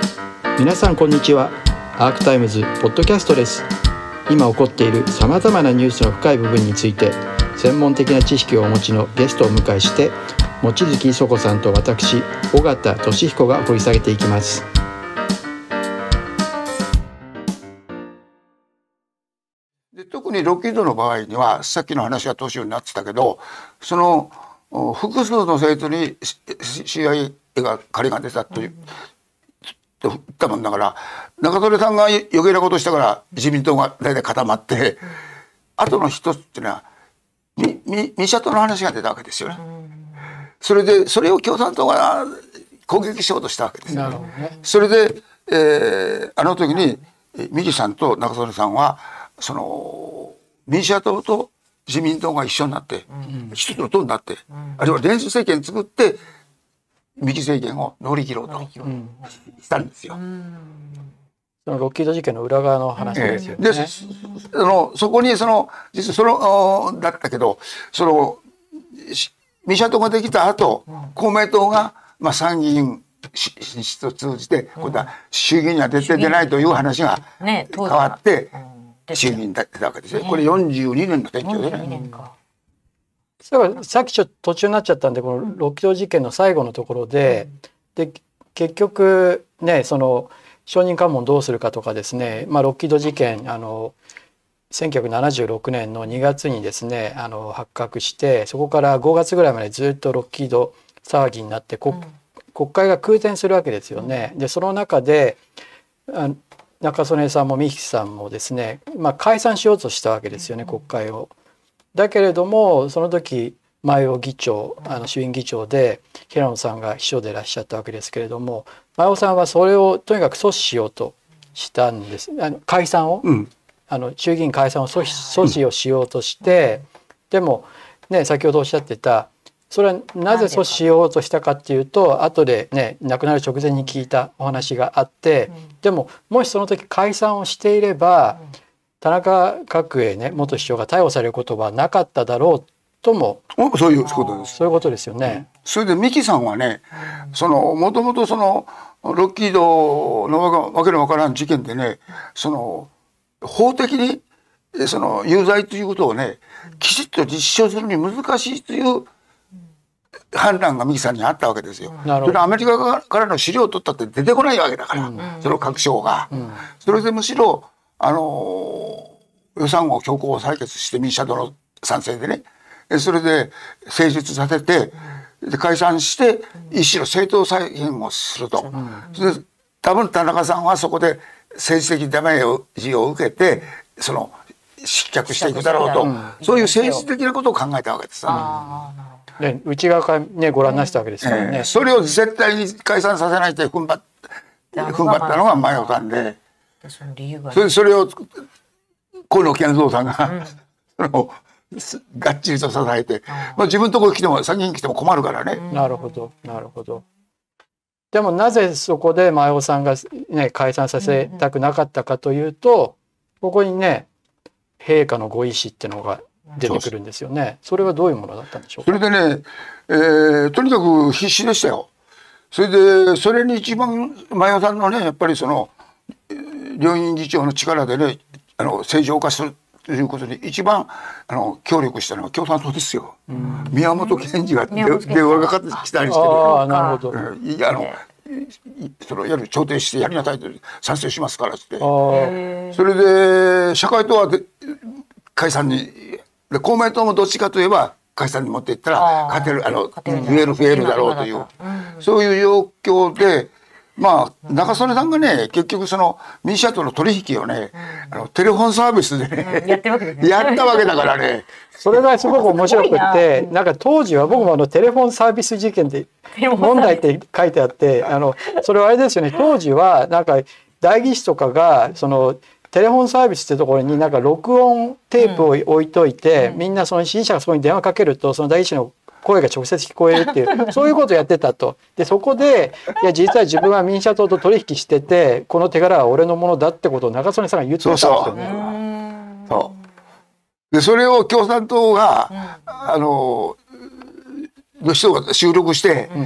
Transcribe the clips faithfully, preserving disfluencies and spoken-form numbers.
皆さんこんにちは。アークタイムズポッドキャストです。今起こっているさまざまなニュースの深い部分について専門的な知識をお持ちのゲストをお迎えして望月磯子さんと私尾形俊彦が掘り下げていきます。 で特にロッキードの場合にはさっきの話が年になってたけど、その複数の生徒に シーアイエー が借りが出たという、うん、言ったもんだから、中曽根さんが余計なことしたから自民党が大体固まって、うん、後の一つっていうのはミシャトの話が出たわけですよね。うん、それでそれを共産党が攻撃しようとしたわけですよね。ねそれで、えー、あの時に三木さんと中曽根さんはその民主党と自民党が一緒になって、うん、一つの党になって、うん、あるいは連立政権作って三木政権を乗り切ろうとしたんですよ。うん、 そのロッキード事件の裏側の話ですよね。 えー、でそのそこにその実はそのだったけど、その民主党ができた後、うん、公明党がまあ参議院進出を通じて、うん、今度は衆議院には出て出ないという話が変わって。ね衆議院だったわけですね。これよんじゅうにねんの選挙でね。 そうさっきちょっと途中になっちゃったんで、このロッキード事件の最後のところで、うん、で結局ね、その証人喚問どうするかとかですね、まあ、ロッキード事件あのせんきゅうひゃくななじゅうろくねんのにがつにですねあの発覚して、そこからごがつぐらいまでずっとロッキード騒ぎになって、国、うん、国会が空転するわけですよね。でその中であ中曽根さんも三木さんもですね、まあ、解散しようとしたわけですよね、国会を。だけれどもその時前尾議長あの衆院議長で平野さんが秘書でいらっしゃったわけですけれども、前尾さんはそれをとにかく阻止しようとしたんです。あの解散を、うん、あの衆議院解散を阻止、阻止をしようとして、でもね先ほどおっしゃってたそれはなぜ阻止しようとしたかっていうと、後でね亡くなる直前に聞いたお話があって、うん、でももしその時解散をしていれば、うん、田中角栄ね元首相が逮捕されることはなかっただろうとも、 そういうことです。 そういうことですよね。うん、 それで三木さんはね、そのもともとそのロッキードのわけのわからん事件でね、その法的にその有罪ということをねきちっと実証するに難しいという判断が三木さんにあったわけですよ。それアメリカからの資料を取ったって出てこないわけだから、うん、その各省が、うん、それでむしろあの予算を強行採決して民主党の賛成でね、それで成立させてで解散して一種の正当再編をすると、うん、で多分田中さんはそこで政治的ダメージを受けてその失脚していくだろうと、うん、そういう政治的なことを考えたわけです、ね。 ね、内側からねご覧になってたわけですからね、 えー、それを絶対に解散させないと踏ん張っ踏ん張ったのが前尾さんで、それそれを河野健三さんが、うん、そのがっちりと支えて、まあ、自分のところに来ても参議院来ても困るからね、 うん、なるほどなるほど。でもなぜそこで前尾さんが、ね、解散させたくなかったかというと、ここにね陛下のご意思っていうのが出てくるんですよね。それはどういうものだったんでしょうか。 それでね、えー、とにかく必死でしたよ。それでそれに一番前尾さんのねやっぱりその両院議長の力でねあの正常化するということに一番あの協力したのは共産党ですよ。うん、宮本賢治が電話がかかってきたりして、ね、 ああなるほど。 いやあのそのやる調停してやりなさいと賛成しますからって。それで社会党はで解散にで公明党もどっちかといえば解散に持っていったら勝てるあの増える増えるだろうという、うん、そういう状況でまあ中曽根さんがね結局その民主党の取引をね、うん、あのテレフォンサービスでね、うん、やってるわけですねやったわけだからねそれがすごく面白くってなんか当時は僕もあのテレフォンサービス事件で問題って書いてあってあのそれはあれですよね。当時はなんか代議士とかがそのテレフォンサービスってところになんか録音テープを置いといて、うん、みんなその支持者がそこに電話かけるとその代議士の声が直接聞こえるっていうそういうことをやってたと。でそこでいや実は自分は民主党と取引しててこの手柄は俺のものだってことを中曽根さんが言ってたんですよね。 そうそうでそれを共産党が、うん、あのの人が収録して、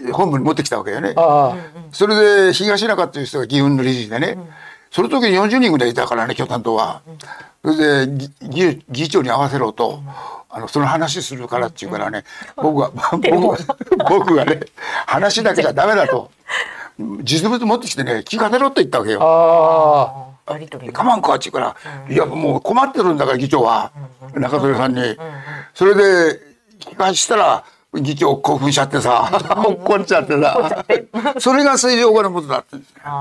本部に持ってきたわけよね。 あそれで東中っていう人が議運の理事でね、その時によんじゅうにんぐらいいたからね、共産党は。それで議議長に合わせろと、あのその話するからっていうからね、僕が僕が僕がね、話だけじゃダメだと、実物持ってきてね、聞かせろって言ったわけよ。 あ我慢かって言うから、いやもう困ってるんだから議長は、中曽根さんに。それで聞かしたら議長興奮しちゃってさ、怒っちゃってさ、それが水上化のことだって。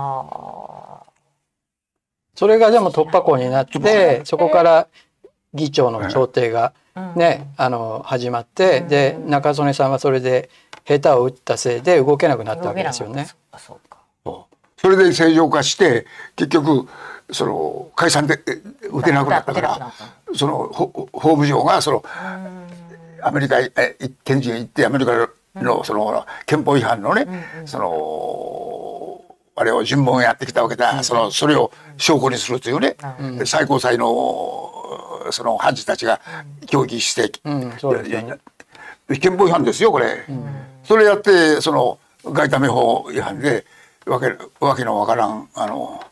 それがでも突破口になって、そこから議長の調停がね、あの始まって、で中曽根さんはそれで下手を打ったせいで動けなくなったわけですよね。 それで正常化して結局その解散で打てなくなったから、その法務省がそのアメリカへ検事へ行ってアメリカのその憲法違反のね、そのあれを尋問やってきたわけだ。そのそれを証拠にするというね、最高裁のその判事たちが協議して、憲法違反ですよこれ。それやってその外為法違反でわけわけのわからんあの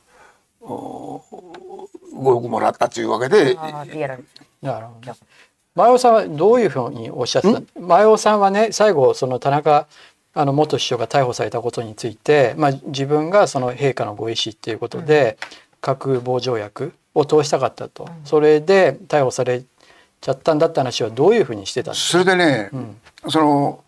ごよくもらったというわけで。 なるほど。前尾さんはどういうふうにおっしゃってた？前尾さんはね、最後その田中あの元首相が逮捕されたことについて、まあ、自分がその陛下のご意思っていうことで、うん、核防条約を通したかったと、うん、それで逮捕されちゃったんだって話はどういうふうにしてたんですか？ それでね、うん、その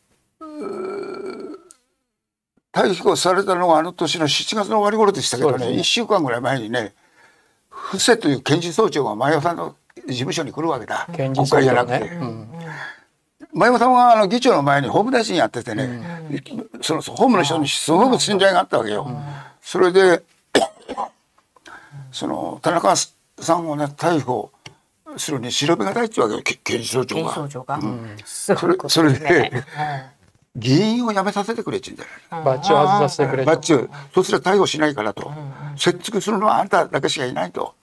逮捕されたのがあの年のしちがつの終わり頃でしたけどね、いっしゅうかんぐらい前にね、布施という検事総長が前尾さんの事務所に来るわけだ。 検事総長ね。 前尾さんはあの議長の前に法務大臣やっててね、うん、その法務の人にすごく信頼があったわけよ。うん、それでその田中さんをね逮捕するに調べがたいってわけよ、検事総長が。うん、それそれで議員を辞めさせてくれって言うんだよ。 バッジを外させてくれと。 バッジを、そしたら逮捕しないからと、説得するのはあんただけしかいないと。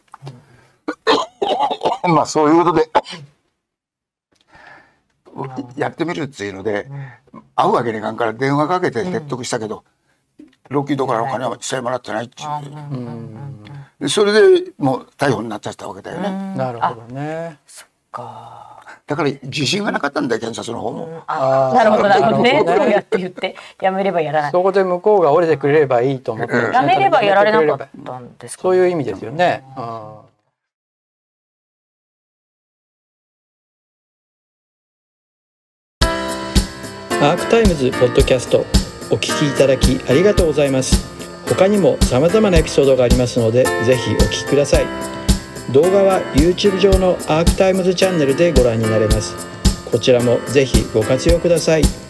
まあそういうことでやってみるっていうので、会うわけにいかんから電話かけて説得したけど、ロッキードからお金は一切もらってないっていう、それでもう逮捕になっちゃったわけだよね。 なるほどね。 そっか。 だから自信がなかったんだよ、検察の方も。 あ、なるほどなるほどね。そうやって言ってやめればやらない。 そこで向こうが折れてくれればいいと思って、 やめればやられなかったんですか。 そういう意味ですよね。アークタイムズポッドキャストお聞きいただきありがとうございます。他にも様々なエピソードがありますので、ぜひお聞きください。動画は YouTube 上のアークタイムズチャンネルでご覧になれます。こちらもぜひご活用ください。